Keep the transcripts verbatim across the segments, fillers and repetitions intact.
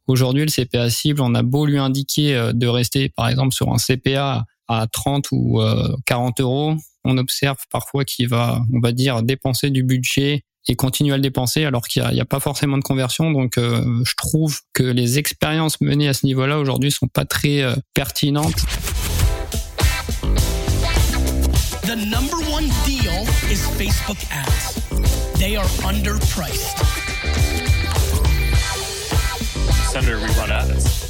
Aujourd'hui, le C P A cible, on a beau lui indiquer de rester, par exemple, sur un C P A à trente ou quarante euros, on observe parfois qu'il va, on va dire, dépenser du budget et continuer à le dépenser alors qu'il n'y a, a pas forcément de conversion. Donc, euh, je trouve que les expériences menées à ce niveau-là aujourd'hui sont pas très euh, pertinentes. The number one deal is Facebook ads. They are underpriced. Senator, we run ads.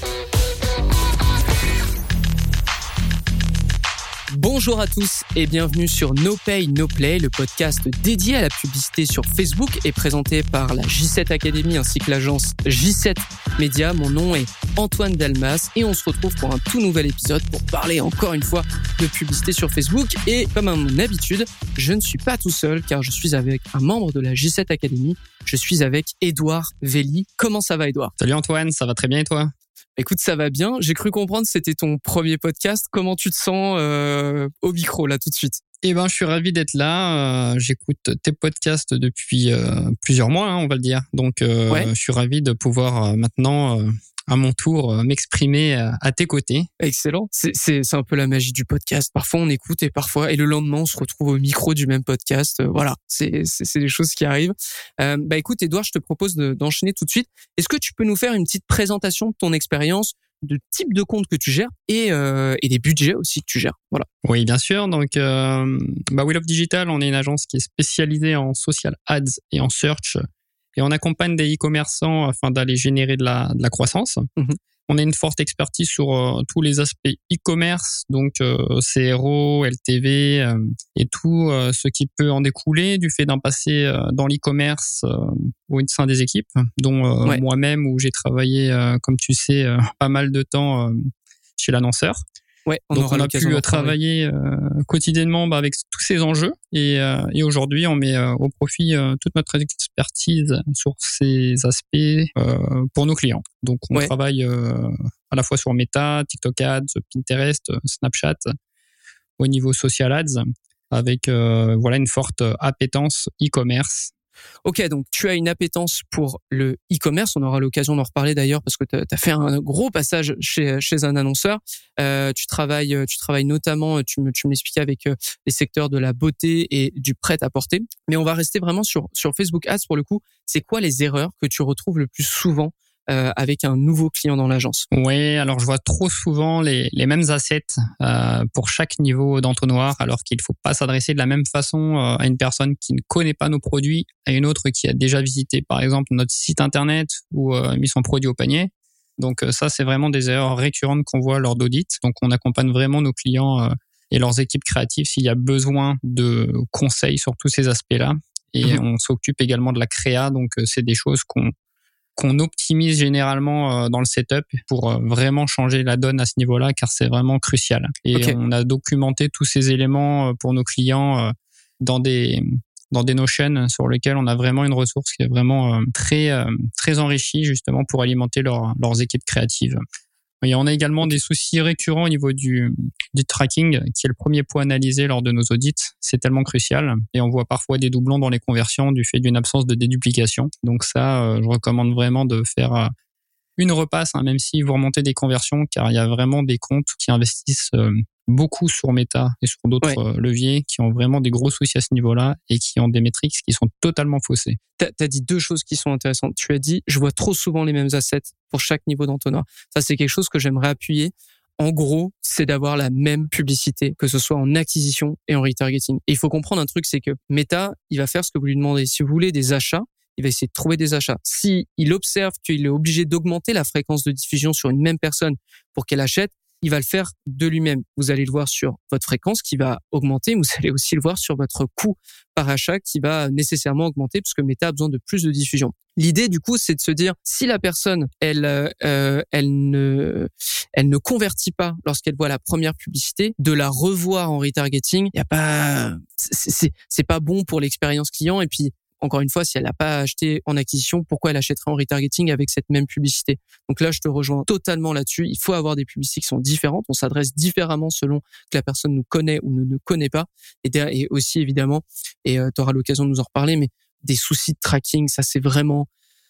Bonjour à tous et bienvenue sur No Pay, No Play, le podcast dédié à la publicité sur Facebook et présenté par la J sept Academy ainsi que l'agence J sept Media. Mon nom est Antoine Dalmas et on se retrouve pour un tout nouvel épisode pour parler encore une fois de publicité sur Facebook. Et comme à mon habitude, je ne suis pas tout seul car je suis avec un membre de la J sept Academy. Je suis avec Édouard Velli. Comment ça va, Édouard ? Salut Antoine, ça va très bien et toi ? Écoute, ça va bien. J'ai cru comprendre que c'était ton premier podcast. Comment tu te sens euh, au micro, là, tout de suite ? Eh ben, je suis ravi d'être là. Euh, j'écoute tes podcasts depuis euh, plusieurs mois, hein, on va le dire. Donc, euh, ouais. Je suis ravi de pouvoir euh, maintenant, euh, à mon tour, euh, m'exprimer euh, à tes côtés. Excellent. C'est, c'est, c'est un peu la magie du podcast. Parfois, on écoute et parfois, et le lendemain, on se retrouve au micro du même podcast. Euh, voilà, c'est, c'est, c'est des choses qui arrivent. Euh, bah, écoute, Édouard, je te propose de, d'enchaîner tout de suite. Est-ce que tu peux nous faire une petite présentation de ton expérience, de type de compte que tu gères et, euh, et des budgets aussi que tu gères. Voilà. Oui, bien sûr. Donc, euh, bah, We Love Digital, on est une agence qui est spécialisée en social ads et en search. Et on accompagne des e-commerçants afin d'aller générer de la, de la croissance. Mm-hmm. On a une forte expertise sur euh, tous les aspects e-commerce, donc euh, C R O, L T V euh, et tout euh, ce qui peut en découler du fait d'un passé euh, dans l'e-commerce euh, au sein des équipes, dont euh, ouais. moi-même où j'ai travaillé, euh, comme tu sais, euh, pas mal de temps euh, chez l'annonceur. Ouais, on donc aura on a pu travailler euh, quotidiennement bah, avec tous ces enjeux et, euh, et aujourd'hui on met euh, au profit euh, toute notre expertise sur ces aspects euh, pour nos clients. Donc on ouais. travaille euh, à la fois sur Meta, TikTok Ads, Pinterest, Snapchat, au niveau social ads avec euh, voilà une forte appétence e-commerce. Ok, donc tu as une appétence pour le e-commerce. On aura l'occasion d'en reparler d'ailleurs parce que tu as fait un gros passage chez chez un annonceur. Euh, tu travailles, tu travailles notamment, tu me tu me l'expliquais avec les secteurs de la beauté et du prêt-à-porter. Mais on va rester vraiment sur sur Facebook Ads pour le coup. C'est quoi les erreurs que tu retrouves le plus souvent Euh, avec un nouveau client dans l'agence? Oui, alors je vois trop souvent les, les mêmes assets euh, pour chaque niveau d'entonnoir, alors qu'il ne faut pas s'adresser de la même façon euh, à une personne qui ne connaît pas nos produits, à une autre qui a déjà visité par exemple notre site internet ou euh, mis son produit au panier. Donc euh, ça, c'est vraiment des erreurs récurrentes qu'on voit lors d'audits. Donc on accompagne vraiment nos clients euh, et leurs équipes créatives s'il y a besoin de conseils sur tous ces aspects-là. Et mmh. on s'occupe également de la créa, donc euh, c'est des choses qu'on qu'on optimise généralement dans le setup pour vraiment changer la donne à ce niveau-là, car c'est vraiment crucial. Et okay. on a documenté tous ces éléments pour nos clients dans des dans des Notion sur lesquels on a vraiment une ressource qui est vraiment très très enrichie justement pour alimenter leur, leurs équipes créatives. Et on a également des soucis récurrents au niveau du, du tracking, qui est le premier point analysé lors de nos audits. C'est tellement crucial. Et on voit parfois des doublons dans les conversions du fait d'une absence de déduplication. Donc ça, euh, je recommande vraiment de faire euh, une repasse, hein, même si vous remontez des conversions, car il y a vraiment des comptes qui investissent euh, beaucoup sur Meta et sur d'autres ouais. euh, leviers qui ont vraiment des gros soucis à ce niveau-là et qui ont des métriques qui sont totalement faussées. T'as, t'as dit deux choses qui sont intéressantes. Tu as dit, je vois trop souvent les mêmes assets pour chaque niveau d'entonnoir. Ça, c'est quelque chose que j'aimerais appuyer. En gros, c'est d'avoir la même publicité, que ce soit en acquisition et en retargeting. Et il faut comprendre un truc, c'est que Meta, il va faire ce que vous lui demandez. Si vous voulez des achats, il va essayer de trouver des achats. Si il observe qu'il est obligé d'augmenter la fréquence de diffusion sur une même personne pour qu'elle achète, il va le faire de lui-même. Vous allez le voir sur votre fréquence qui va augmenter, mais vous allez aussi le voir sur votre coût par achat qui va nécessairement augmenter puisque Meta a besoin de plus de diffusion. L'idée, du coup, c'est de se dire, si la personne, elle, euh, elle ne, elle ne convertit pas lorsqu'elle voit la première publicité, de la revoir en retargeting, il y a pas, c'est, c'est, c'est pas bon pour l'expérience client. Et puis, encore une fois, si elle n'a pas acheté en acquisition, pourquoi elle achèterait en retargeting avec cette même publicité? Donc là, je te rejoins totalement là-dessus. Il faut avoir des publicités qui sont différentes. On s'adresse différemment selon que la personne nous connaît ou ne nous connaît pas. Et, et aussi, évidemment, et euh, tu auras l'occasion de nous en reparler, mais des soucis de tracking, ça c'est vraiment...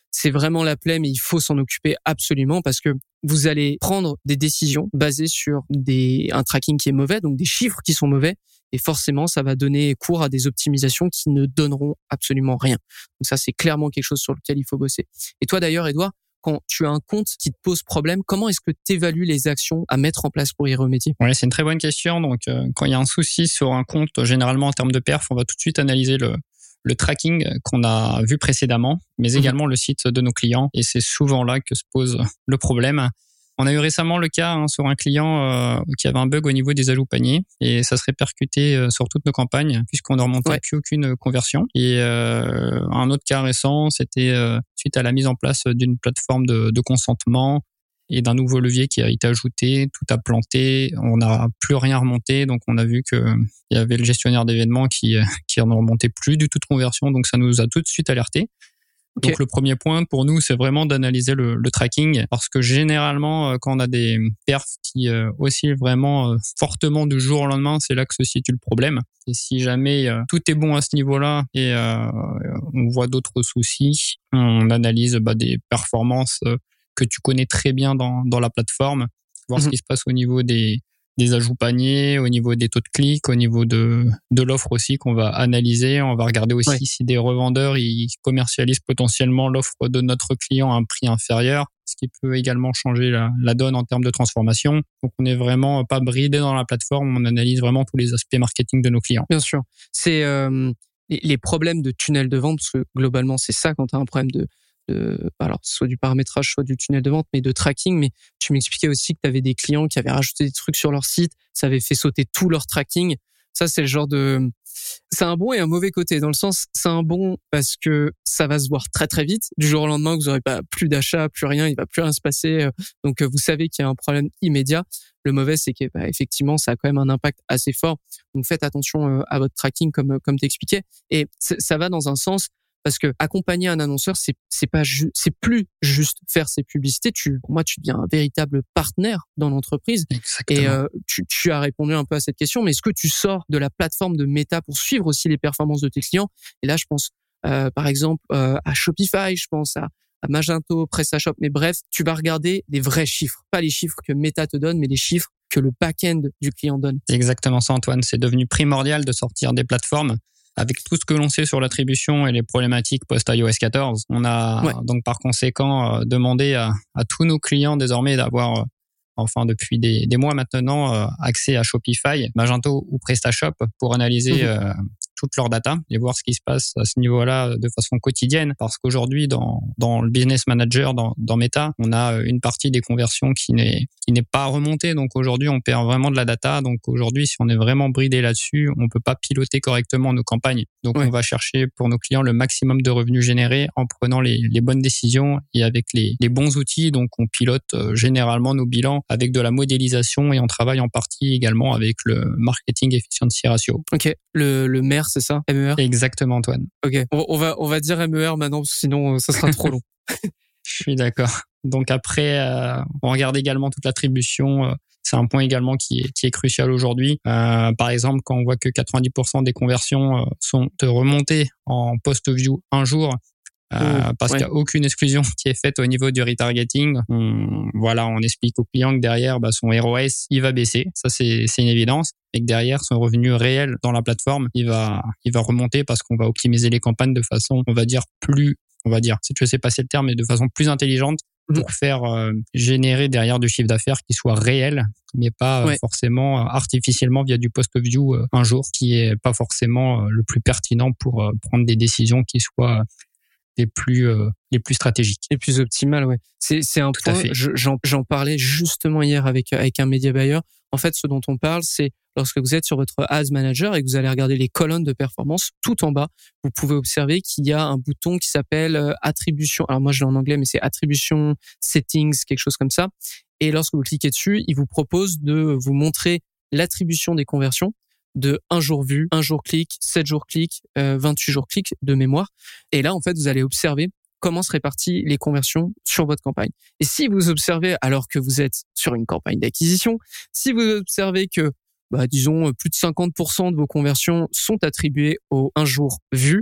c'est vraiment la plaie, mais il faut s'en occuper absolument parce que vous allez prendre des décisions basées sur des, un tracking qui est mauvais, donc des chiffres qui sont mauvais, et forcément, ça va donner cours à des optimisations qui ne donneront absolument rien. Donc ça, c'est clairement quelque chose sur lequel il faut bosser. Et toi, d'ailleurs, Edouard, quand tu as un compte qui te pose problème, comment est-ce que tu évalues les actions à mettre en place pour y remédier ? Ouais, c'est une très bonne question. Donc, euh, quand il y a un souci sur un compte, généralement en termes de perf, on va tout de suite analyser le, le tracking qu'on a vu précédemment, mais également mmh. le site de nos clients. Et c'est souvent là que se pose le problème. On a eu récemment le cas hein, sur un client euh, qui avait un bug au niveau des ajouts paniers et ça se répercutait euh, sur toutes nos campagnes puisqu'on ne remontait ouais. plus aucune conversion. Et euh, un autre cas récent, c'était euh, suite à la mise en place d'une plateforme de, de consentement et d'un nouveau levier qui a été ajouté, tout a planté, on n'a plus rien remonté, donc on a vu que il y avait le gestionnaire d'événements qui qui ne remontait plus du tout de conversion, donc ça nous a tout de suite alerté. Okay. Donc le premier point pour nous, c'est vraiment d'analyser le, le tracking parce que généralement, quand on a des perfs qui euh, oscillent vraiment euh, fortement du jour au lendemain, c'est là que se situe le problème. Et si jamais euh, tout est bon à ce niveau-là et euh, on voit d'autres soucis, on analyse bah, des performances euh, que tu connais très bien dans, dans la plateforme, voir mm-hmm. ce qui se passe au niveau des des ajouts paniers, au niveau des taux de clic, au niveau de, de l'offre aussi qu'on va analyser. On va regarder aussi ouais. si des revendeurs ils commercialisent potentiellement l'offre de notre client à un prix inférieur, ce qui peut également changer la, la donne en termes de transformation. Donc, on n'est vraiment pas bridé dans la plateforme. On analyse vraiment tous les aspects marketing de nos clients. Bien sûr. C'est euh, les, les problèmes de tunnel de vente, parce que globalement, c'est ça quand tu as un problème de De, alors soit du paramétrage, soit du tunnel de vente, mais de tracking. Mais tu m'expliquais aussi que tu avais des clients qui avaient rajouté des trucs sur leur site, ça avait fait sauter tout leur tracking. Ça, c'est le genre de... C'est un bon et un mauvais côté, dans le sens, c'est un bon parce que ça va se voir très très vite. Du jour au lendemain, vous n'aurez pas plus d'achat, plus rien, il va plus rien se passer. Donc, vous savez qu'il y a un problème immédiat. Le mauvais, c'est que bah, effectivement, ça a quand même un impact assez fort. Donc, faites attention à votre tracking, comme comme t'expliquais. Et ça va dans un sens... Parce que accompagner un annonceur, c'est c'est pas ju- c'est plus juste faire ses publicités. Tu, pour moi, tu deviens un véritable partenaire dans l'entreprise. Exactement. Et euh, tu, tu as répondu un peu à cette question. Mais est-ce que tu sors de la plateforme de Meta pour suivre aussi les performances de tes clients ? Et là, je pense, euh, par exemple, euh, à Shopify, je pense à, à Magento, PrestaShop. Mais bref, tu vas regarder les vrais chiffres, pas les chiffres que Meta te donne, mais les chiffres que le back-end du client donne. C'est exactement ça, Antoine. C'est devenu primordial de sortir des plateformes. Avec tout ce que l'on sait sur l'attribution et les problématiques post-i O S quatorze, on a ouais. donc par conséquent euh, demandé à, à tous nos clients désormais d'avoir, euh, enfin depuis des, des mois maintenant, euh, accès à Shopify, Magento ou PrestaShop pour analyser mmh. euh, toute leur data et voir ce qui se passe à ce niveau-là de façon quotidienne. Parce qu'aujourd'hui, dans, dans le Business Manager, dans, dans Meta, on a une partie des conversions qui n'est, qui n'est pas remontée. Donc aujourd'hui, on perd vraiment de la data. Donc aujourd'hui, si on est vraiment bridé là-dessus, on peut pas piloter correctement nos campagnes. Donc ouais. on va chercher pour nos clients le maximum de revenus générés en prenant les, les bonnes décisions et avec les, les bons outils. Donc on pilote euh, généralement nos bilans avec de la modélisation et on travaille en partie également avec le Marketing Efficiency Ratio. Ok, le, le M E R, c'est ça, M E R ? Exactement, Antoine. Ok, on, on va on va dire M E R maintenant, sinon ça sera trop long. Je suis d'accord. Donc après, euh, on regarde également toute l'attribution. Euh, c'est un point également qui est qui est crucial aujourd'hui. Euh, par exemple, quand on voit que quatre-vingt-dix pour cent des conversions euh, sont remontées en post-view un jour. Euh, mmh, parce ouais. qu'il n'y a aucune exclusion qui est faite au niveau du retargeting. On, voilà, on explique au client que derrière, bah, son R O S, il va baisser. Ça, c'est, c'est une évidence. Et que derrière, son revenu réel dans la plateforme, il va, il va remonter parce qu'on va optimiser les campagnes de façon, on va dire, plus, on va dire, si tu sais passer le terme, mais de façon plus intelligente pour faire euh, générer derrière du chiffre d'affaires qui soit réel, mais pas ouais. euh, forcément euh, artificiellement via du post-view euh, un jour, qui est pas forcément euh, le plus pertinent pour euh, prendre des décisions qui soient les plus euh, les plus stratégiques, les plus optimales. Ouais, c'est c'est un Tout point. À fait. Je, j'en j'en parlais justement hier avec avec un média buyer. En fait, ce dont on parle, c'est lorsque vous êtes sur votre Ads Manager et que vous allez regarder les colonnes de performance, tout en bas, vous pouvez observer qu'il y a un bouton qui s'appelle euh, attribution. Alors moi, je l'ai en anglais, mais c'est attribution settings, quelque chose comme ça. Et lorsque vous cliquez dessus, il vous propose de vous montrer l'attribution des conversions de un jour vu, un jour clic, sept jours clic, euh, vingt-huit jours clic de mémoire. Et là, en fait, vous allez observer comment se répartissent les conversions sur votre campagne. Et si vous observez, alors que vous êtes sur une campagne d'acquisition, si vous observez que, bah, disons, plus de cinquante pour cent de vos conversions sont attribuées au un jour vu,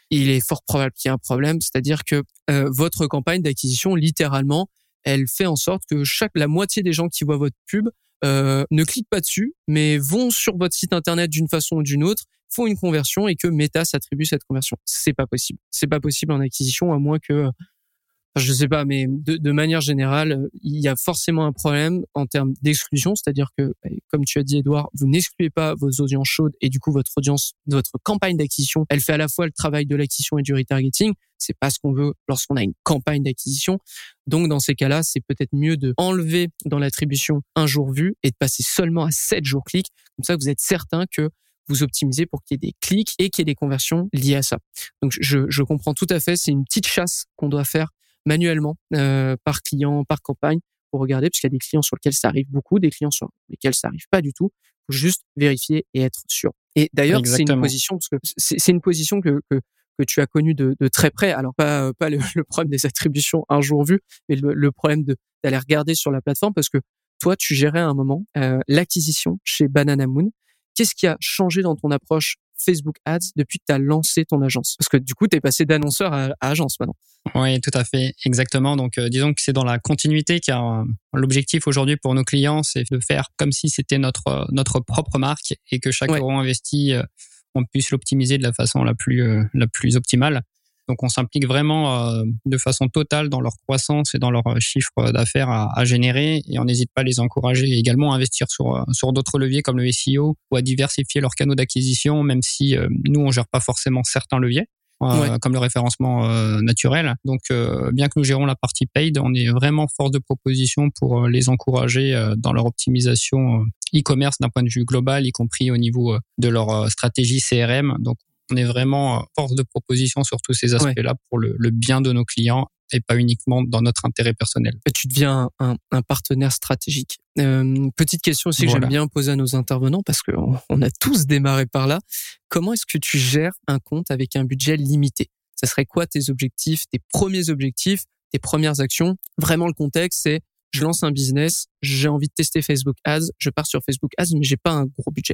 il est fort probable qu'il y ait un problème. C'est-à-dire que euh, votre campagne d'acquisition, littéralement, elle fait en sorte que chaque la moitié des gens qui voient votre pub euh, ne cliquent pas dessus, mais vont sur votre site internet d'une façon ou d'une autre, font une conversion et que Meta s'attribue cette conversion. C'est pas possible. C'est pas possible en acquisition, à moins que, je sais pas, mais de, de manière générale, il y a forcément un problème en termes d'exclusion, c'est-à-dire que, comme tu as dit, Edouard, vous n'excluez pas vos audiences chaudes et du coup, votre audience, votre campagne d'acquisition, elle fait à la fois le travail de l'acquisition et du retargeting. C'est pas ce qu'on veut lorsqu'on a une campagne d'acquisition. Donc, dans ces cas-là, c'est peut-être mieux de enlever dans l'attribution un jour vu et de passer seulement à sept jours clics. Comme ça, vous êtes certain que vous optimisez pour qu'il y ait des clics et qu'il y ait des conversions liées à ça. Donc, je, je comprends tout à fait. C'est une petite chasse qu'on doit faire manuellement, euh, par client, par campagne, pour regarder, parce qu'il y a des clients sur lesquels ça arrive beaucoup, des clients sur lesquels ça arrive pas du tout. Faut juste vérifier et être sûr. Et d'ailleurs, Exactement. c'est une position, parce que c'est, c'est une position que, que, que tu as connue de, de très près. Alors, pas, pas le, le problème des attributions un jour vu, mais le, le problème de, d'aller regarder sur la plateforme, parce que toi, tu gérais à un moment, euh, l'acquisition chez Banana Moon. Qu'est-ce qui a changé dans ton approche Facebook Ads depuis que tu as lancé ton agence? Parce que du coup, tu es passé d'annonceur à, à agence maintenant. Oui, tout à fait, exactement. Donc, euh, disons que c'est dans la continuité, car euh, l'objectif aujourd'hui pour nos clients, c'est de faire comme si c'était notre euh, notre propre marque et que chaque ouais. euro investi, euh, on puisse l'optimiser de la façon la plus euh, la plus optimale. Donc, on s'implique vraiment euh, de façon totale dans leur croissance et dans leur chiffre d'affaires à, à générer, et on n'hésite pas à les encourager également à investir sur sur d'autres leviers comme le S E O ou à diversifier leurs canaux d'acquisition, même si euh, nous on gère pas forcément certains leviers. Euh, ouais. Comme le référencement euh, naturel. Donc, euh, bien que nous gérons la partie paid, on est vraiment force de proposition pour euh, les encourager euh, dans leur optimisation euh, e-commerce d'un point de vue global, y compris au niveau euh, de leur euh, stratégie C R M. Donc, on est vraiment force de proposition sur tous ces aspects-là ouais. pour le, le bien de nos clients et pas uniquement dans notre intérêt personnel. Tu deviens un, un, un partenaire stratégique. Euh, petite question aussi que voilà. j'aime bien poser à nos intervenants, parce qu'on on a tous démarré par là. Comment est-ce que tu gères un compte avec un budget limité? Ça serait quoi tes objectifs, tes premiers objectifs, tes premières actions? Vraiment, le contexte, c'est je lance un business, j'ai envie de tester Facebook Ads, je pars sur Facebook Ads, mais j'ai pas un gros budget.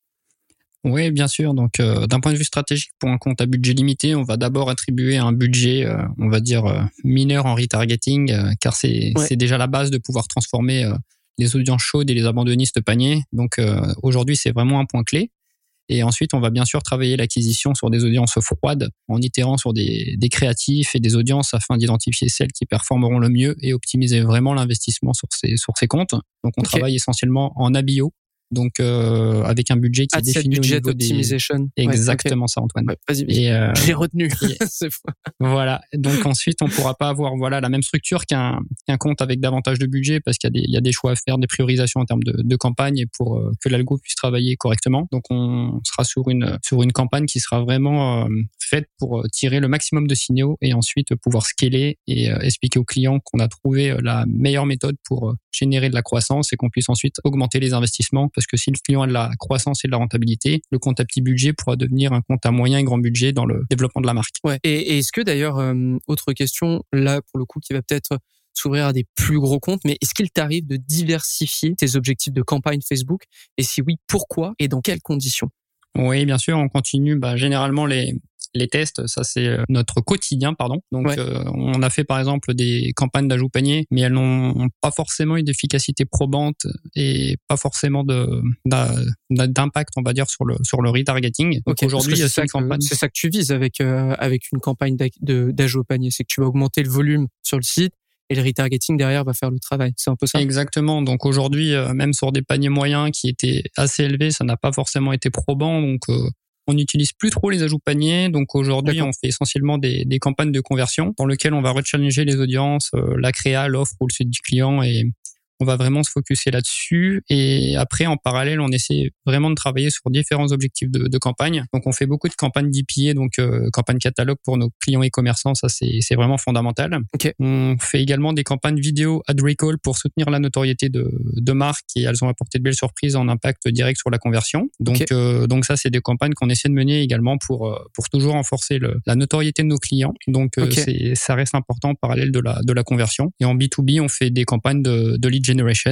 Oui, bien sûr. Donc, euh, d'un point de vue stratégique, pour un compte à budget limité, on va d'abord attribuer un budget, euh, on va dire, euh, mineur en retargeting, euh, car c'est, ouais. c'est déjà la base de pouvoir transformer euh, les audiences chaudes et les abandonnistes paniers. Donc, euh, aujourd'hui, c'est vraiment un point clé. Et ensuite, on va bien sûr travailler l'acquisition sur des audiences froides, en itérant sur des, des créatifs et des audiences afin d'identifier celles qui performeront le mieux et optimiser vraiment l'investissement sur ces, sur ces comptes. Donc, on okay. travaille essentiellement en A B O. Donc euh, avec un budget qui ah, est défini budget au niveau optimization. Des... Exactement ouais, okay. ça, Antoine. Ouais, vas-y, vas-y. Et euh... j'ai retenu. Et... C'est fou. Voilà. Donc ensuite, on pourra pas avoir voilà la même structure qu'un qu'un compte avec davantage de budget, parce qu'il y a des il y a des choix à faire, des priorisations en termes de, de campagne, et pour euh, que l'algo puisse travailler correctement. Donc on sera sur une sur une campagne qui sera vraiment euh, faite pour tirer le maximum de signaux et ensuite pouvoir scaler et euh, expliquer aux clients qu'on a trouvé la meilleure méthode pour euh, générer de la croissance et qu'on puisse ensuite augmenter les investissements. Parce que si le client a de la croissance et de la rentabilité, le compte à petit budget pourra devenir un compte à moyen et grand budget dans le développement de la marque. Ouais. Et, et est-ce que d'ailleurs, euh, autre question, là pour le coup qui va peut-être s'ouvrir à des plus gros comptes, mais est-ce qu'il t'arrive de diversifier tes objectifs de campagne Facebook? Et si oui, pourquoi et dans quelles conditions? Oui, bien sûr, on continue bah, généralement les... Les tests, ça c'est notre quotidien, pardon. Donc, ouais. euh, on a fait par exemple des campagnes d'ajout panier, mais elles n'ont pas forcément une efficacité probante et pas forcément de, d'impact, on va dire, sur le sur le retargeting. Donc okay, aujourd'hui, c'est, c'est ça une que, campagne. C'est ça que tu vises avec euh, avec une campagne de, d'ajout au panier, c'est que tu vas augmenter le volume sur le site. Et le retargeting derrière va faire le travail. C'est un peu ça? Exactement. Donc aujourd'hui, euh, même sur des paniers moyens qui étaient assez élevés, ça n'a pas forcément été probant. Donc euh, on n'utilise plus trop les ajouts paniers. Donc aujourd'hui, D'accord. on fait essentiellement des, des campagnes de conversion dans lesquelles on va rechallenger les audiences, euh, la créa, l'offre ou le site du client, et on va vraiment se focuser là-dessus. Et après, en parallèle, on essaie vraiment de travailler sur différents objectifs de, de campagne. Donc, on fait beaucoup de campagnes D P A, donc euh, campagne catalogue pour nos clients e-commerçants. Ça, c'est, c'est vraiment fondamental. Okay. On fait également des campagnes vidéo ad recall pour soutenir la notoriété de, de marques, et elles ont apporté de belles surprises en impact direct sur la conversion. Donc, okay. euh, donc ça, c'est des campagnes qu'on essaie de mener également pour pour toujours renforcer le, la notoriété de nos clients. Donc, euh, okay. c'est, ça reste important en parallèle de la de la conversion. Et en B deux B, on fait des campagnes de, de lead generation.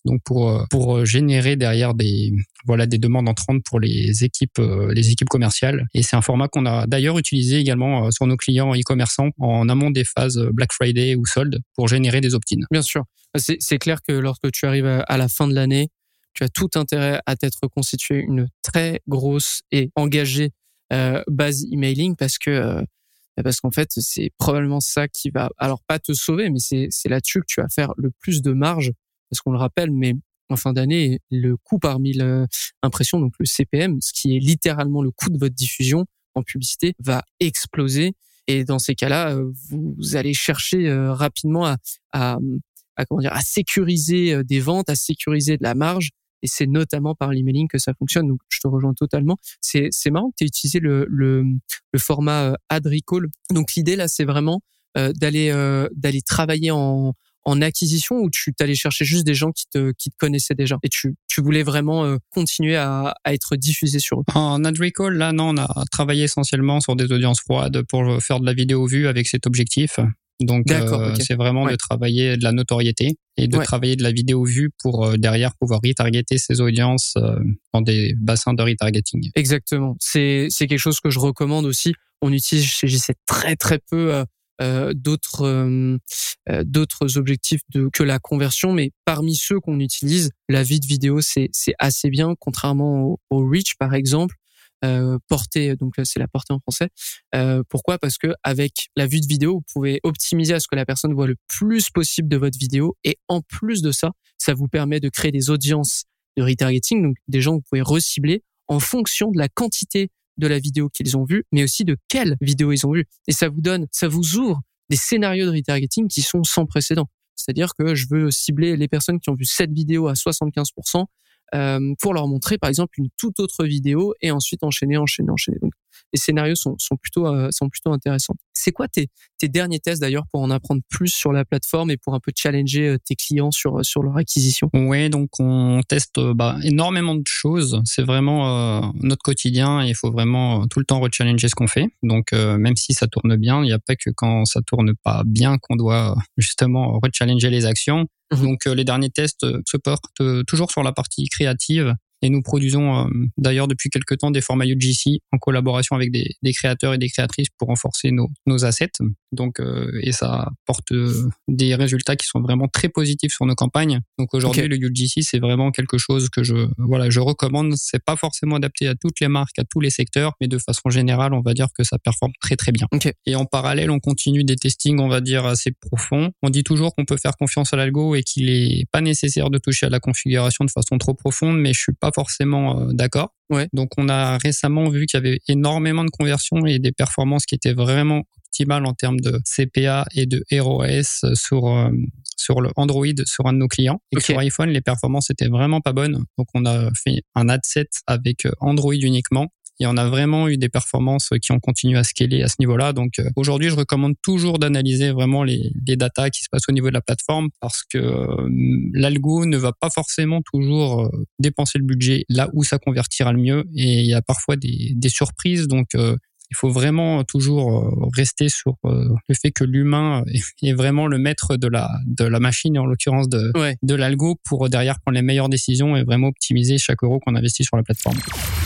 donc pour pour générer derrière des voilà des demandes entrantes pour les équipes les équipes commerciales. Et c'est un format qu'on a d'ailleurs utilisé également sur nos clients e-commerçants en amont des phases Black Friday ou soldes pour générer des opt-in. Bien sûr, c'est, c'est clair que lorsque tu arrives à la fin de l'année, tu as tout intérêt à t'être constitué une très grosse et engagée euh, base emailing parce que euh, parce qu'en fait c'est probablement ça qui va alors pas te sauver, mais c'est c'est là-dessus que tu vas faire le plus de marge parce qu'on le rappelle, mais en fin d'année le coût par mille impressions, donc le C P M, ce qui est littéralement le coût de votre diffusion en publicité, va exploser. Et dans ces cas-là, vous allez chercher rapidement à, à, à comment dire, à sécuriser des ventes, à sécuriser de la marge. Et c'est notamment par l'emailing que ça fonctionne. Donc, je te rejoins totalement. C'est, c'est marrant que tu aies utilisé le, le, le format ad recall. Donc, l'idée là, c'est vraiment euh, d'aller, euh, d'aller travailler en, en acquisition, ou tu t'allais chercher juste des gens qui te, qui te connaissaient déjà et tu, tu voulais vraiment euh, continuer à, à être diffusé sur eux. En ad recall, là, non, on a travaillé essentiellement sur des audiences froides pour faire de la vidéo vue avec cet objectif. Donc, euh, okay. c'est vraiment ouais. de travailler de la notoriété et de ouais. travailler de la vidéo vue pour euh, derrière pouvoir retargeter ces audiences euh, dans des bassins de retargeting. Exactement. C'est, c'est quelque chose que je recommande aussi. On utilise chez J sept très, très peu euh, Euh, d'autres euh, euh, d'autres objectifs de, que la conversion, mais parmi ceux qu'on utilise, la vue de vidéo c'est c'est assez bien, contrairement au, au reach par exemple, euh, portée, donc c'est la portée en français. Euh, pourquoi ? Parce que avec la vue de vidéo, vous pouvez optimiser à ce que la personne voit le plus possible de votre vidéo, et en plus de ça, ça vous permet de créer des audiences de retargeting, donc des gens que vous pouvez recibler en fonction de la quantité de la vidéo qu'ils ont vue, mais aussi de quelle vidéo ils ont vue. Et ça vous donne, ça vous ouvre des scénarios de retargeting qui sont sans précédent. C'est-à-dire que je veux cibler les personnes qui ont vu cette vidéo à soixante-quinze pour cent euh, pour leur montrer, par exemple, une toute autre vidéo et ensuite enchaîner, enchaîner, enchaîner. Donc, les scénarios sont, sont plutôt, euh, sont plutôt intéressants. C'est quoi tes, tes derniers tests d'ailleurs pour en apprendre plus sur la plateforme et pour un peu challenger tes clients sur, sur leur acquisition ? Oui, donc on teste bah, énormément de choses. C'est vraiment euh, notre quotidien et il faut vraiment tout le temps rechallenger ce qu'on fait. Donc euh, même si ça tourne bien, il n'y a pas que quand ça tourne pas bien qu'on doit justement rechallenger les actions. Mmh. Donc euh, les derniers tests euh, se portent euh, toujours sur la partie créative. Et nous produisons euh, d'ailleurs depuis quelques temps des formats U G C en collaboration avec des, des créateurs et des créatrices pour renforcer nos, nos assets. Donc, euh, et ça porte euh, des résultats qui sont vraiment très positifs sur nos campagnes. Donc aujourd'hui, okay. le U G C, c'est vraiment quelque chose que je, voilà, je recommande. C'est pas forcément adapté à toutes les marques, à tous les secteurs, mais de façon générale, on va dire que ça performe très très bien. Okay. Et en parallèle, on continue des testings, on va dire, assez profonds. On dit toujours qu'on peut faire confiance à l'algo et qu'il est pas nécessaire de toucher à la configuration de façon trop profonde, mais je suis pas forcément euh, d'accord. Ouais. Donc on a récemment vu qu'il y avait énormément de conversions et des performances qui étaient vraiment optimales en termes de C P A et de R O S sur euh, sur le Android sur un de nos clients. Et okay. sur iPhone, les performances étaient vraiment pas bonnes. Donc on a fait un ad set avec Android uniquement. Et on a vraiment eu des performances qui ont continué à scaler à ce niveau-là. Donc euh, aujourd'hui, je recommande toujours d'analyser vraiment les, les datas qui se passent au niveau de la plateforme parce que euh, l'algo ne va pas forcément toujours euh, dépenser le budget là où ça convertira le mieux. Et il y a parfois des, des surprises. Donc euh, il faut vraiment toujours euh, rester sur euh, le fait que l'humain est vraiment le maître de la, de la machine, et en l'occurrence de, ouais. de l'algo, pour derrière prendre les meilleures décisions et vraiment optimiser chaque euro qu'on investit sur la plateforme.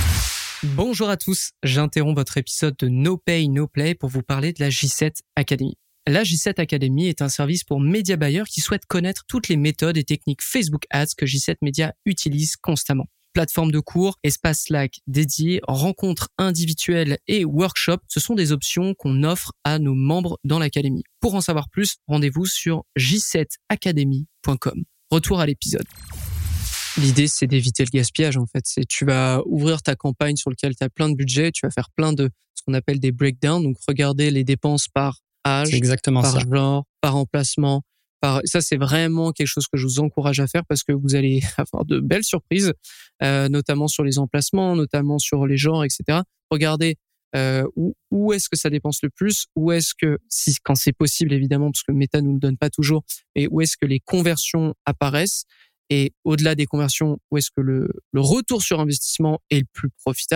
Bonjour à tous, j'interromps votre épisode de No Pay, No Play pour vous parler de la J sept Academy. La J sept Academy est un service pour média buyers qui souhaitent connaître toutes les méthodes et techniques Facebook Ads que J sept Media utilise constamment. Plateforme de cours, espace Slack dédié, rencontres individuelles et workshops, ce sont des options qu'on offre à nos membres dans l'académie. Pour en savoir plus, rendez-vous sur j sept academy point com. Retour à l'épisode. L'idée, c'est d'éviter le gaspillage, en fait. C'est, tu vas ouvrir ta campagne sur laquelle tu as plein de budget, tu vas faire plein de ce qu'on appelle des breakdowns, donc regarder les dépenses par âge, c'est exactement par ça. genre, par emplacement. Par... Ça, c'est vraiment quelque chose que je vous encourage à faire parce que vous allez avoir de belles surprises, euh, notamment sur les emplacements, notamment sur les genres, et cetera. Regardez euh, où, où est-ce que ça dépense le plus, où est-ce que, si quand c'est possible évidemment, parce que Meta nous le donne pas toujours, mais où est-ce que les conversions apparaissent. Et au-delà des conversions, où est-ce que le, le retour sur investissement est le plus profitable?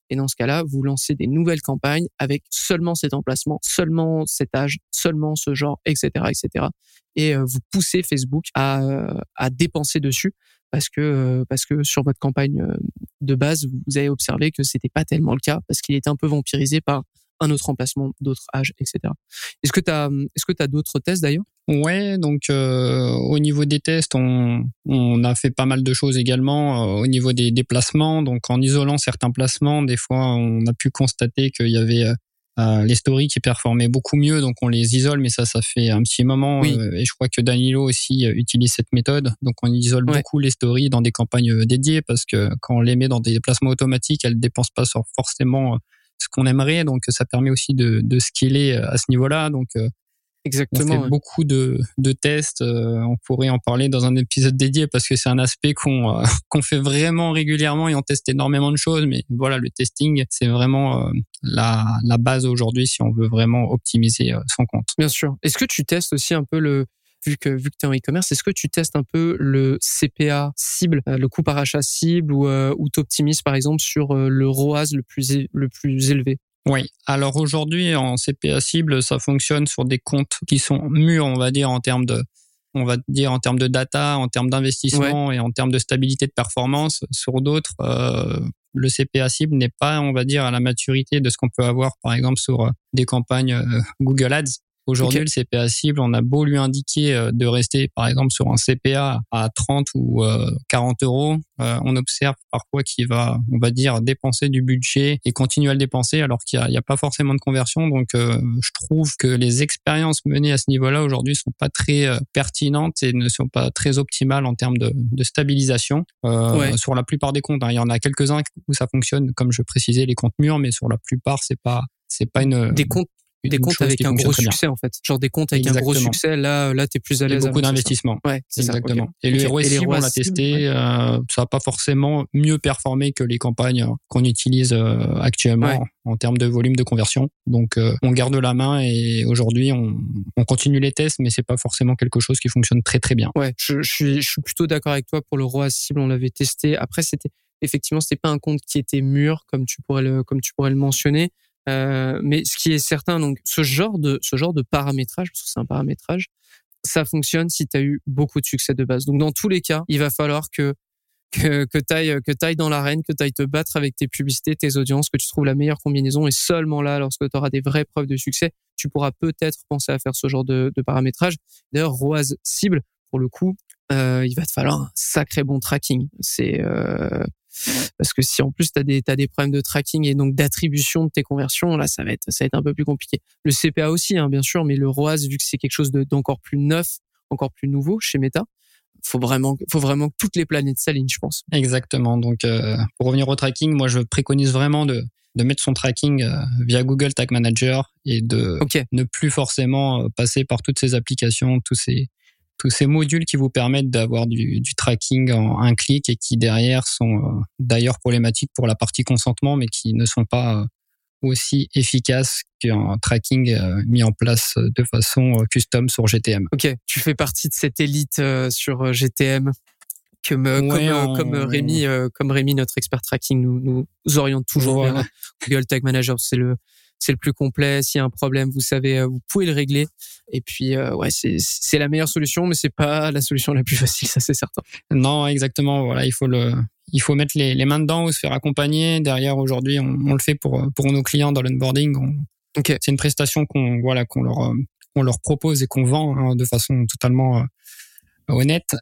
Et dans ce cas-là, vous lancez des nouvelles campagnes avec seulement cet emplacement, seulement cet âge, seulement ce genre, et cetera, et cetera. Et euh, vous poussez Facebook à, euh, à dépenser dessus parce que euh, parce que sur votre campagne euh, de base, vous avez observé que c'était pas tellement le cas parce qu'il était un peu vampirisé par un autre emplacement, d'autres âges, et cetera. Est-ce que tu as est-ce que tu as d'autres tests d'ailleurs? Ouais, donc euh, au niveau des tests, on, on a fait pas mal de choses également euh, au niveau des déplacements. Donc en isolant certains placements, des fois on a pu constater qu'il y avait euh, les stories qui performaient beaucoup mieux, donc on les isole, mais ça, ça fait un petit moment. Oui. Euh, et je crois que Danilo aussi utilise cette méthode. Donc on isole ouais. beaucoup les stories dans des campagnes dédiées parce que quand on les met dans des déplacements automatiques, elles ne dépensent pas forcément ce qu'on aimerait. Donc ça permet aussi de, de scaler à ce niveau-là. Donc Exactement. On fait ouais. beaucoup de, de tests. Euh, on pourrait en parler dans un épisode dédié parce que c'est un aspect qu'on, euh, qu'on fait vraiment régulièrement et on teste énormément de choses. Mais voilà, le testing, c'est vraiment euh, la, la base aujourd'hui si on veut vraiment optimiser euh, son compte. Bien sûr. Est-ce que tu testes aussi un peu le, vu que, vu que tu es en e-commerce, est-ce que tu testes un peu le C P A cible, euh, le coût par achat cible ou, euh, ou tu optimises par exemple sur euh, le R O A S le plus, le plus élevé? Oui. Alors aujourd'hui, en C P A cible, ça fonctionne sur des comptes qui sont mûrs, on va dire, en termes de, on va dire, en termes de data, en termes d'investissement ouais. et en termes de stabilité de performance. Sur d'autres, euh, le C P A cible n'est pas, on va dire, à la maturité de ce qu'on peut avoir, par exemple, sur des campagnes euh, Google Ads. Aujourd'hui, okay. le C P A cible, on a beau lui indiquer de rester, par exemple, sur un C P A à trente ou quarante euros, euh, on observe parfois qu'il va, on va dire, dépenser du budget et continuer à le dépenser alors qu'il n'y a, a pas forcément de conversion. Donc, euh, je trouve que les expériences menées à ce niveau-là aujourd'hui sont pas très euh, pertinentes et ne sont pas très optimales en termes de, de stabilisation. Euh, ouais. Sur la plupart des comptes, hein, il y en a quelques-uns où ça fonctionne, comme je précisais, les comptes mûrs, mais sur la plupart, c'est pas, c'est pas une des comptes. Des comptes avec un gros succès, en fait. Genre des comptes avec Exactement. un gros succès, là, là, t'es plus à l'aise. Et beaucoup d'investissements. Ouais, c'est Exactement. Ça, okay. Et le okay. R O A S cible, on l'a testé, ouais. euh, ça n'a pas forcément mieux performé que les campagnes qu'on utilise euh, actuellement ouais. en termes de volume de conversion. Donc, euh, on garde la main et aujourd'hui, on, on continue les tests, mais c'est pas forcément quelque chose qui fonctionne très, très bien. Ouais, je, je suis, je suis plutôt d'accord avec toi pour le R O A S cible, on l'avait testé. Après, c'était, effectivement, c'était pas un compte qui était mûr, comme tu pourrais le, comme tu pourrais le mentionner. Euh, mais ce qui est certain, donc ce genre de ce genre de paramétrage, parce que c'est un paramétrage, ça fonctionne si tu as eu beaucoup de succès de base. Donc dans tous les cas, il va falloir que que que t'ailles que t'ailles dans l'arène, que t'ailles te battre avec tes publicités, tes audiences, que tu trouves la meilleure combinaison. Et seulement là, lorsque tu auras des vraies preuves de succès, tu pourras peut-être penser à faire ce genre de, de paramétrage. D'ailleurs, R O A S cible, pour le coup, euh, il va te falloir un sacré bon tracking. C'est euh, parce que si en plus t'as des t'as des problèmes de tracking et donc d'attribution de tes conversions, là ça va être ça va être un peu plus compliqué. Le C P A aussi, hein, bien sûr, mais le R O A S, vu que c'est quelque chose de, d'encore plus neuf, encore plus nouveau chez Meta, faut vraiment faut vraiment que toutes les planètes s'alignent, je pense. Exactement. Donc euh, pour revenir au tracking, moi je préconise vraiment de de mettre son tracking euh, via Google Tag Manager et de okay. ne plus forcément passer par toutes ces applications, tous ces tous ces modules qui vous permettent d'avoir du, du tracking en un clic et qui derrière sont euh, d'ailleurs problématiques pour la partie consentement, mais qui ne sont pas euh, aussi efficaces qu'un tracking euh, mis en place de façon euh, custom sur G T M. Ok, tu fais partie de cette élite euh, sur G T M que me, ouais, comme, on... comme Rémi, euh, comme Rémi, notre expert tracking, nous, nous oriente toujours voilà. vers Google Tag Manager. C'est le c'est le plus complet. S'il y a un problème, vous savez, vous pouvez le régler. Et puis, euh, ouais, c'est c'est la meilleure solution, mais c'est pas la solution la plus facile, ça c'est certain. Non, exactement. Voilà, il faut le, il faut mettre les, les mains dedans ou se faire accompagner. Derrière, aujourd'hui, on, on le fait pour pour nos clients dans l'onboarding. On, okay. C'est une prestation qu'on voilà qu'on leur qu'on leur propose et qu'on vend hein, de façon totalement euh, honnête.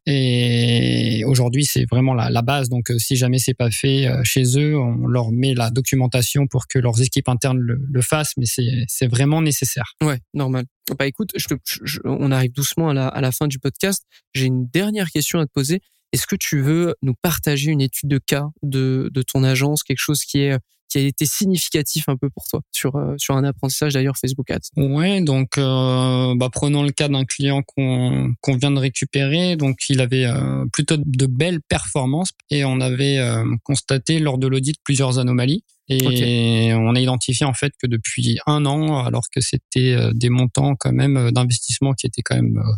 Et aujourd'hui, c'est vraiment la, la base. Donc, euh, si jamais c'est pas fait euh, chez eux, on leur met la documentation pour que leurs équipes internes le, le fassent. Mais c'est, c'est vraiment nécessaire. Ouais, normal. Bah écoute, je te, je, on arrive doucement à la, à la fin du podcast. J'ai une dernière question à te poser. Est-ce que tu veux nous partager une étude de cas de, de ton agence, quelque chose qui est qui a été significatif un peu pour toi sur euh, sur un apprentissage d'ailleurs Facebook Ads? Ouais, donc euh, bah prenons le cas d'un client qu'on qu'on vient de récupérer. Donc il avait euh, plutôt de belles performances et on avait euh, constaté lors de l'audit plusieurs anomalies. Et okay. on a identifié en fait que depuis un an, alors que c'était des montants quand même d'investissement qui étaient quand même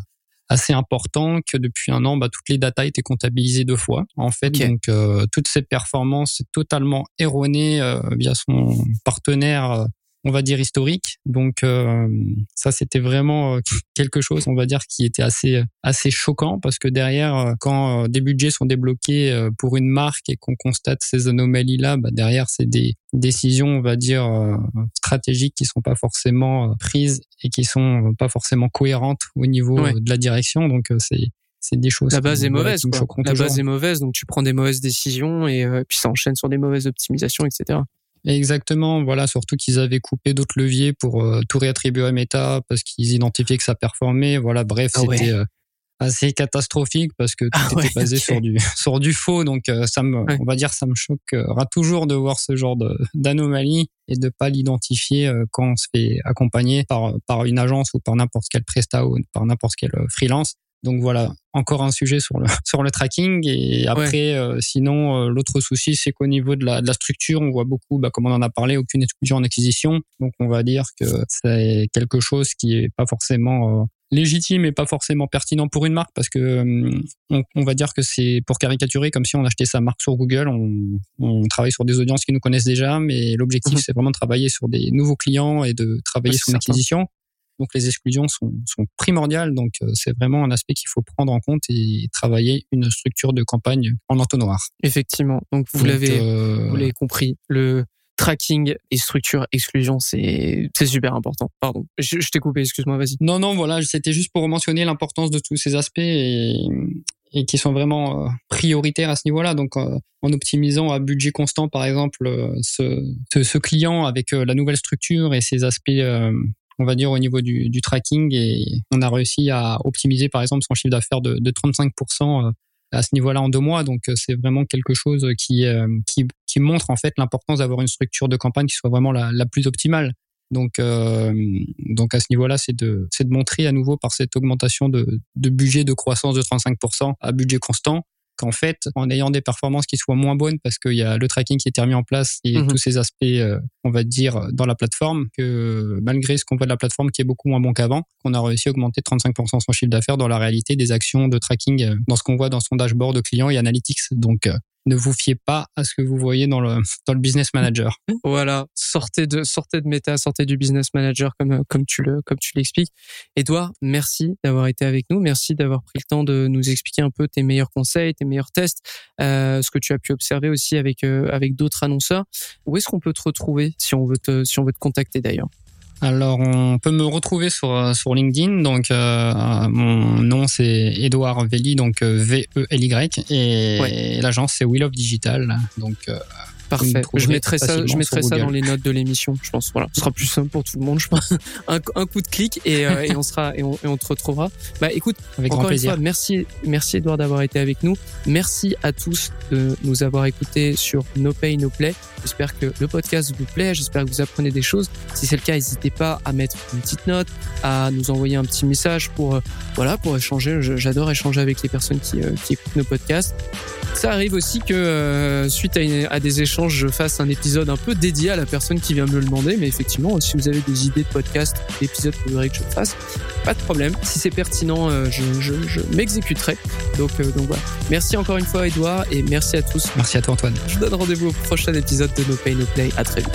assez important que depuis un an, bah, toutes les datas étaient comptabilisées deux fois. En fait, okay. donc euh, toutes ces performances totalement erronées euh, via son partenaire, euh, on va dire historique. Donc euh, ça, c'était vraiment quelque chose, on va dire, qui était assez assez choquant parce que derrière, quand des budgets sont débloqués pour une marque et qu'on constate ces anomalies-là, bah derrière, c'est des décisions, on va dire, stratégiques qui sont pas forcément prises et qui sont pas forcément cohérentes au niveau ouais. de la direction. Donc c'est c'est des choses. La base qui, est mauvaise. Voilà, quoi. La toujours. base est mauvaise, donc tu prends des mauvaises décisions et euh, puis ça enchaîne sur des mauvaises optimisations, et cetera. Exactement, voilà, surtout qu'ils avaient coupé d'autres leviers pour euh, tout réattribuer à Meta parce qu'ils identifiaient que ça performait. Voilà, bref, ah ouais. c'était euh, assez catastrophique parce que tout ah était ouais, basé okay. sur du sur du faux. Donc euh, ça me, ouais. on va dire, ça me choquera toujours de voir ce genre de, d'anomalie et de pas l'identifier euh, quand on se fait accompagner par par une agence ou par n'importe quel prestat ou par n'importe quel freelance. Donc voilà, encore un sujet sur le sur le tracking. Et après, ouais. euh, sinon, euh, l'autre souci, c'est qu'au niveau de la, de la structure, on voit beaucoup, bah, comme on en a parlé, aucune exclusion en acquisition. Donc on va dire que c'est quelque chose qui est pas forcément euh, légitime et pas forcément pertinent pour une marque parce que euh, on, on va dire que c'est pour caricaturer comme si on achetait sa marque sur Google. On, on travaille sur des audiences qui nous connaissent déjà, mais l'objectif, mmh. c'est vraiment de travailler sur des nouveaux clients et de travailler ouais, sur l'acquisition. Donc les exclusions sont, sont primordiales, donc euh, c'est vraiment un aspect qu'il faut prendre en compte et travailler une structure de campagne en entonnoir. Effectivement, donc vous donc, l'avez euh... vous l'avez compris, le tracking et structure exclusion, c'est c'est super important. Pardon, je, je t'ai coupé, excuse-moi, vas-y. Non non, voilà, c'était juste pour mentionner l'importance de tous ces aspects et et qui sont vraiment euh, prioritaires à ce niveau-là. Donc euh, en optimisant à budget constant, par exemple, euh, ce, ce ce client avec euh, la nouvelle structure et ses aspects euh, on va dire au niveau du, du tracking, et on a réussi à optimiser par exemple son chiffre d'affaires de, de trente-cinq pour cent à ce niveau-là en deux mois. Donc c'est vraiment quelque chose qui qui, qui montre en fait l'importance d'avoir une structure de campagne qui soit vraiment la, la plus optimale. Donc euh, donc à ce niveau-là, c'est de c'est de montrer à nouveau par cette augmentation de de budget de croissance de trente-cinq pour cent à budget constant qu'en fait, en ayant des performances qui soient moins bonnes parce qu'il y a le tracking qui est remis en place et mmh. tous ces aspects, euh, on va dire, dans la plateforme, que malgré ce qu'on voit de la plateforme qui est beaucoup moins bon qu'avant, qu'on a réussi à augmenter de trente-cinq pour cent son chiffre d'affaires dans la réalité des actions de tracking, euh, dans ce qu'on voit dans son dashboard de clients et analytics. Donc, euh, ne vous fiez pas à ce que vous voyez dans le dans le business manager. Voilà, sortez de sortez de Meta, sortez du business manager comme comme tu le comme tu l'expliques. Édouard, merci d'avoir été avec nous, merci d'avoir pris le temps de nous expliquer un peu tes meilleurs conseils, tes meilleurs tests, euh, ce que tu as pu observer aussi avec euh, avec d'autres annonceurs. Où est-ce qu'on peut te retrouver si on veut te si on veut te contacter d'ailleurs? Alors, on peut me retrouver sur sur LinkedIn. Donc, euh, mon nom c'est Édouard Velli, donc V E L Y, et ouais. l'agence c'est Wheel of Digital. Donc, euh, parfait. Je mettrai ça, je mettrai ça dans les notes de l'émission. Je pense, voilà, ce sera plus simple pour tout le monde. Je pense. Un, un coup de clic et, euh, et on sera et on, et on te retrouvera. Bah, écoute, avec encore grand plaisir. Une fois, merci, merci Édouard d'avoir été avec nous. Merci à tous de nous avoir écoutés sur No Pay No Play. J'espère que le podcast vous plaît. J'espère que vous apprenez des choses. Si c'est le cas, n'hésitez pas à mettre une petite note, à nous envoyer un petit message pour, euh, voilà, pour échanger. J'adore échanger avec les personnes qui, euh, qui écoutent nos podcasts. Ça arrive aussi que euh, suite à, une, à des échanges, je fasse un épisode un peu dédié à la personne qui vient me le demander. Mais effectivement, si vous avez des idées de podcast, d'épisodes que vous voudrez que je fasse, pas de problème. Si c'est pertinent, euh, je, je, je m'exécuterai. Donc, euh, donc voilà. Merci encore une fois, Édouard, et merci à tous. Merci à toi, Antoine. Je vous donne rendez-vous au prochain épisode de No Pay No Play. À très vite.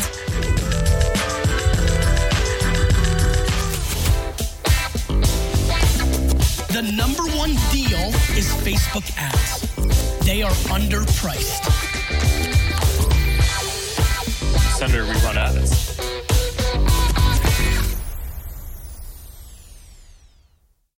The number one deal is Facebook ads. They are underpriced. Senator, we run ads.